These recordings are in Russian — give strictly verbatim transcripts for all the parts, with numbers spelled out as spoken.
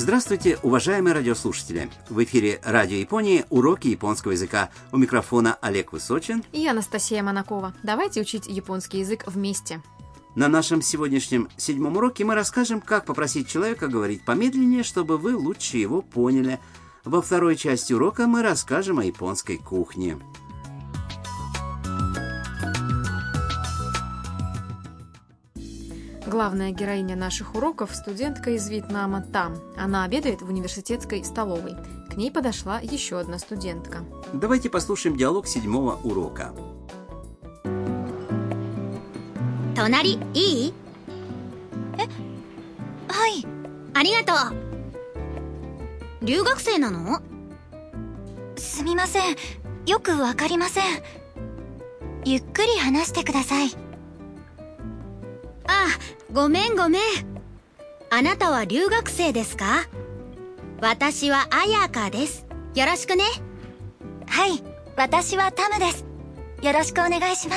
Здравствуйте, уважаемые радиослушатели! В эфире Радио Японии уроки японского языка. У микрофона Олег Высочин и Анастасия Монакова. Давайте учить японский язык вместе. На нашем сегодняшнем седьмом уроке мы расскажем, как попросить человека говорить помедленнее, чтобы вы лучше его поняли. Во второй части урока мы расскажем о японской кухне. Главная героиня наших уроков – студентка из Вьетнама Там. Она обедает в университетской столовой. К ней подошла еще одна студентка. Давайте послушаем диалог седьмого урока. 隣いい？え、はい、ありがとう。留学生なの？すみません、よくわかりません。ゆっくり話してください。あ、ごめんごめん。あなたは留学生ですか？私はアヤカです。よろしくね。はい、私はタムです。よろしくお願いします。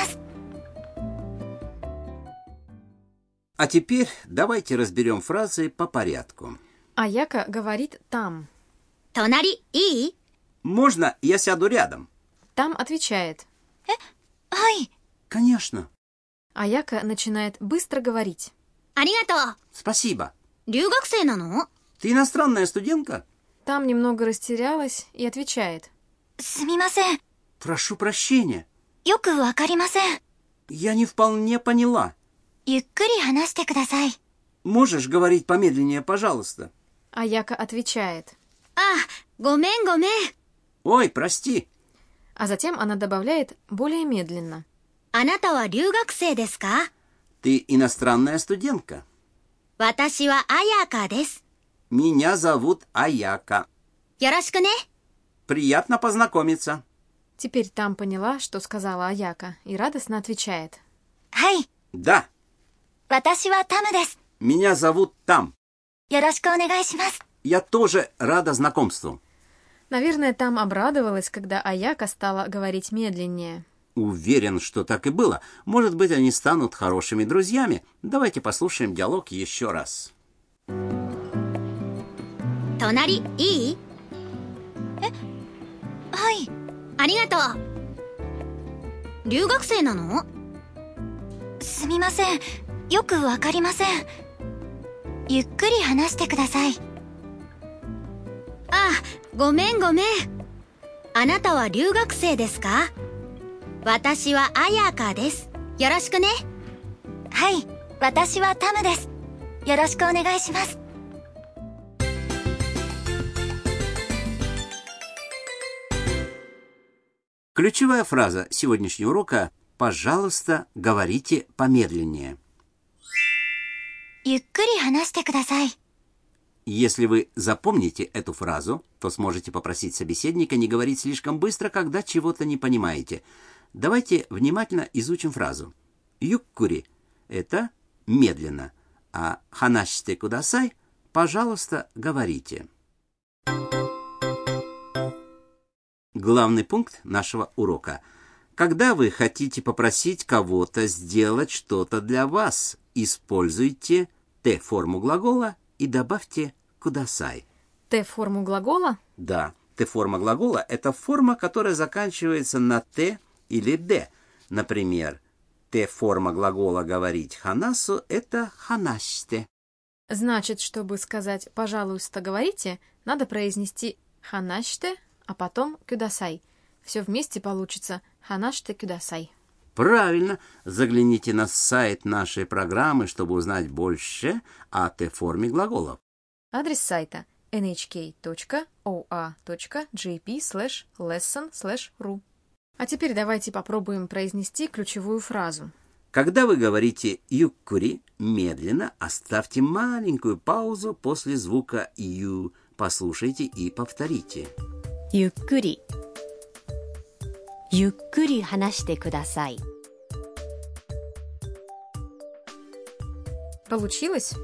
А теперь давайте разберем фразы по порядку. Аяка говорит «там». 隣いい? Можно я сяду рядом? Там отвечает. え、はい。 Конечно. Аяка начинает быстро говорить. ありがとう。 Спасибо. 留学生なの? Ты иностранная студентка? Там немного растерялась и отвечает. すみません。 Прошу прощения. よくわかりません。 Я не вполне поняла. ゆっくり話してください。 Можешь говорить помедленнее, пожалуйста? Аяка отвечает. あ、ごめんごめん。 Ой, прости. А затем она добавляет более медленно. あなたは留学生ですか? Ты иностранная студентка. 私はアヤカです。 Меня зовут Аяка. よろしくね。 Приятно познакомиться. Теперь Там поняла, что сказала Аяка, и радостно отвечает. はい。 Да. 私はタムです。 Меня зовут Там. よろしくお願いします。 Я тоже рада знакомству. Наверное, Там обрадовалась, когда Аяка стала говорить медленнее. Уверен, что так и было. Может быть, они станут хорошими друзьями. Давайте послушаем диалог еще раз. 隣いい? え、はい。ありがとう。留学生なの? すみません。よくわかりません。ゆっくり話してください。あ、ごめんごめん。あなたは留学生ですか? 私はアヤカです。よろしくね。はい、私はタムです。よろしくお願いします。 Ключевая фраза сегодняшнего урока «Пожалуйста, говорите помедленнее». ゆっくり話してください。 Если вы запомните эту фразу, то сможете попросить собеседника не говорить слишком быстро, когда чего-то не понимаете. Давайте внимательно изучим фразу. Юккури – это медленно, а ханашите кудасай – пожалуйста, говорите. Главный пункт нашего урока. Когда вы хотите попросить кого-то сделать что-то для вас, используйте Т-форму глагола и добавьте кудасай. Т-форму глагола? Да, Т-форма глагола – это форма, которая заканчивается на Т или Д. Например, Т-форма глагола «говорить» ханасу – это ханаште. Значит, чтобы сказать «пожалуйста, говорите», надо произнести ханаште, а потом кюдасай. Все вместе получится ханаште кюдасай. Правильно. Загляните на сайт нашей программы, чтобы узнать больше о Т-форме глаголов. Адрес сайта эн эйч кей точка о а точка джей пи слэш лессон слэш ру. А теперь давайте попробуем произнести ключевую фразу. Когда вы говорите «юккури», медленно оставьте маленькую паузу после звука «ю». Послушайте и повторите. ゆっくり。ゆっくり話してください。 Получилось?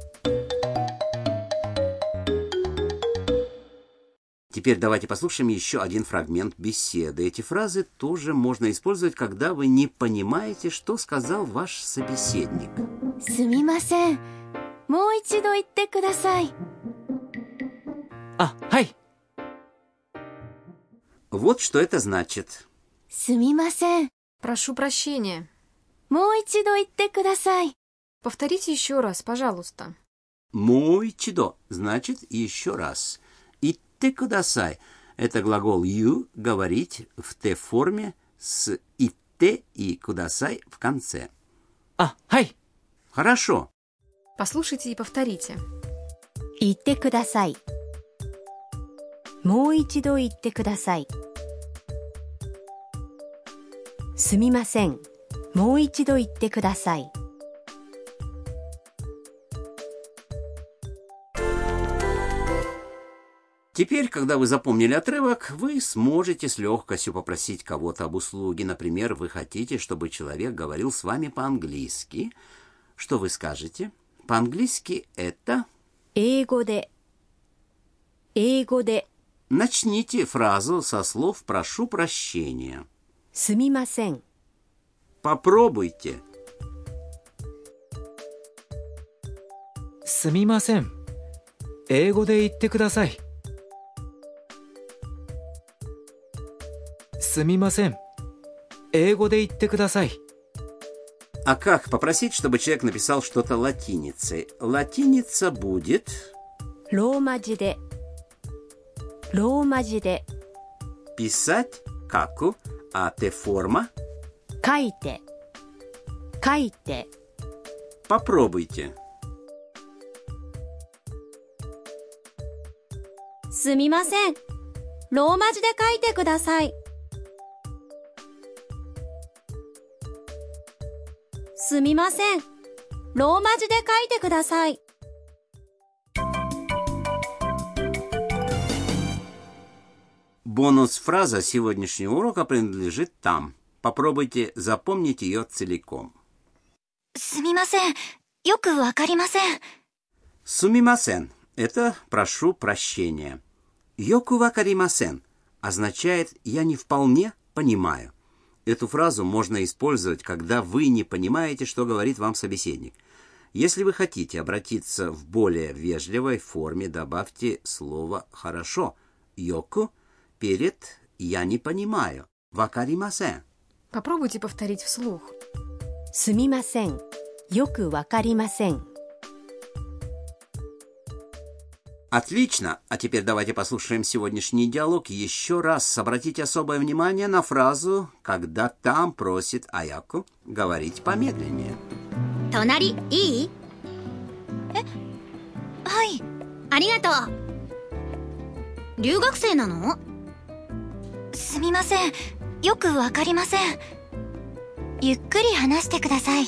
Теперь давайте послушаем еще один фрагмент беседы. Эти фразы тоже можно использовать, когда вы не понимаете, что сказал ваш собеседник. すみません。もう一度言ってください。 あ、はい。 Вот что это значит. すみません。 Прошу прощения. もう一度言ってください。 Повторите еще раз, пожалуйста. Моичидо значит еще раз. Итте кудасай – это глагол you – говорить в Т-форме с итте и кудасай в конце. あ、はい。 Хорошо. Послушайте и повторите. 言ってください。もう一度言ってください。すみません。もう一度言ってください。 Теперь, когда вы запомнили отрывок, вы сможете с легкостью попросить кого-то об услуге. Например, вы хотите, чтобы человек говорил с вами по-английски. Что вы скажете? По-английски это... 英語で。英語で。 Начните фразу со слов «прошу прощения». すみません。 Попробуйте. すみません。英語で言ってください。すみません。英語で言ってください。 А как попросить, чтобы человек написал что-то латиницей? Латиница будет... ローマ字で。ローマ字で。 Писать каку, а Т-форма? 書いて。書いて。 Попробуйте. すみません。ローマ字で書いてください。すみません。ローマ字で書いてください。 Бонус-фраза сегодняшнего урока принадлежит там. Попробуйте запомнить ее целиком. すみません。よくわかりません。 Сумимасен – это «прошу прощения». Йоку вакаримасен означает «я не вполне понимаю». Эту фразу можно использовать, когда вы не понимаете, что говорит вам собеседник. Если вы хотите обратиться в более вежливой форме, добавьте слово «хорошо» «йоку» перед «я не понимаю» «вакаримасен». Попробуйте повторить вслух. すみません。よくわかりません。 Отлично! А теперь давайте послушаем сегодняшний диалог еще раз. Обратите особое внимание на фразу, когда там просит Аяко говорить помедленнее. 隣いい？え、はい。ありがとう。留学生なの？すみません。よくわかりません。ゆっくり話してください。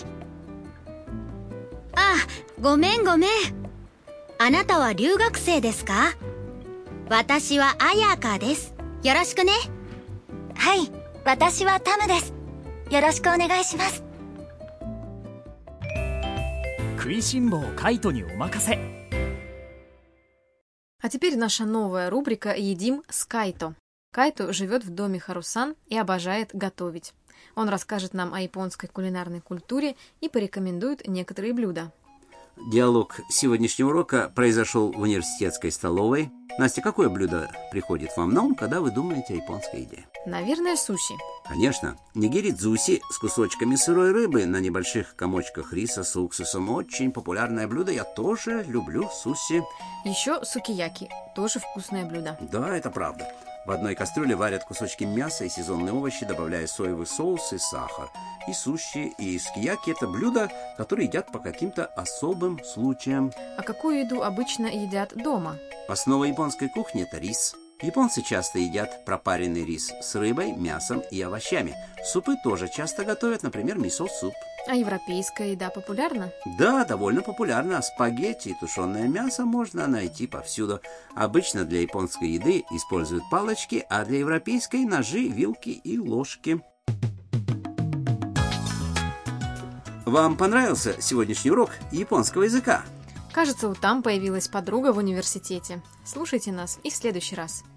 あ、ごめんごめん。あなたは留学生ですか？私はアヤカです。よろしくね。はい、私はタムです。よろしくお願いします。 食いしん坊カイトにお任せ。 А теперь наша новая рубрика «Едим с Кайто». Кайто живет в доме Харусан и обожает готовить. Он расскажет нам о японской кулинарной культуре и порекомендует некоторые блюда. Диалог сегодняшнего урока произошел в университетской столовой. Настя, какое блюдо приходит вам на ум, когда вы думаете о японской еде? Наверное, суши. Конечно. Нигири-дзуси с кусочками сырой рыбы на небольших комочках риса с уксусом. Очень популярное блюдо. Я тоже люблю суси. Еще сукияки. Тоже вкусное блюдо. Да, это правда. В одной кастрюле варят кусочки мяса и сезонные овощи, добавляя соевый соус и сахар. И суши, и сукияки – это блюда, которые едят по каким-то особым случаям. А какую еду обычно едят дома? Основа японской кухни – это рис. Японцы часто едят пропаренный рис с рыбой, мясом и овощами. Супы тоже часто готовят, например, мисо-суп. А европейская еда популярна? Да, довольно популярна. Спагетти и тушеное мясо можно найти повсюду. Обычно для японской еды используют палочки, а для европейской – ножи, вилки и ложки. Вам понравился сегодняшний урок японского языка? Кажется, у Там появилась подруга в университете. Слушайте нас и в следующий раз.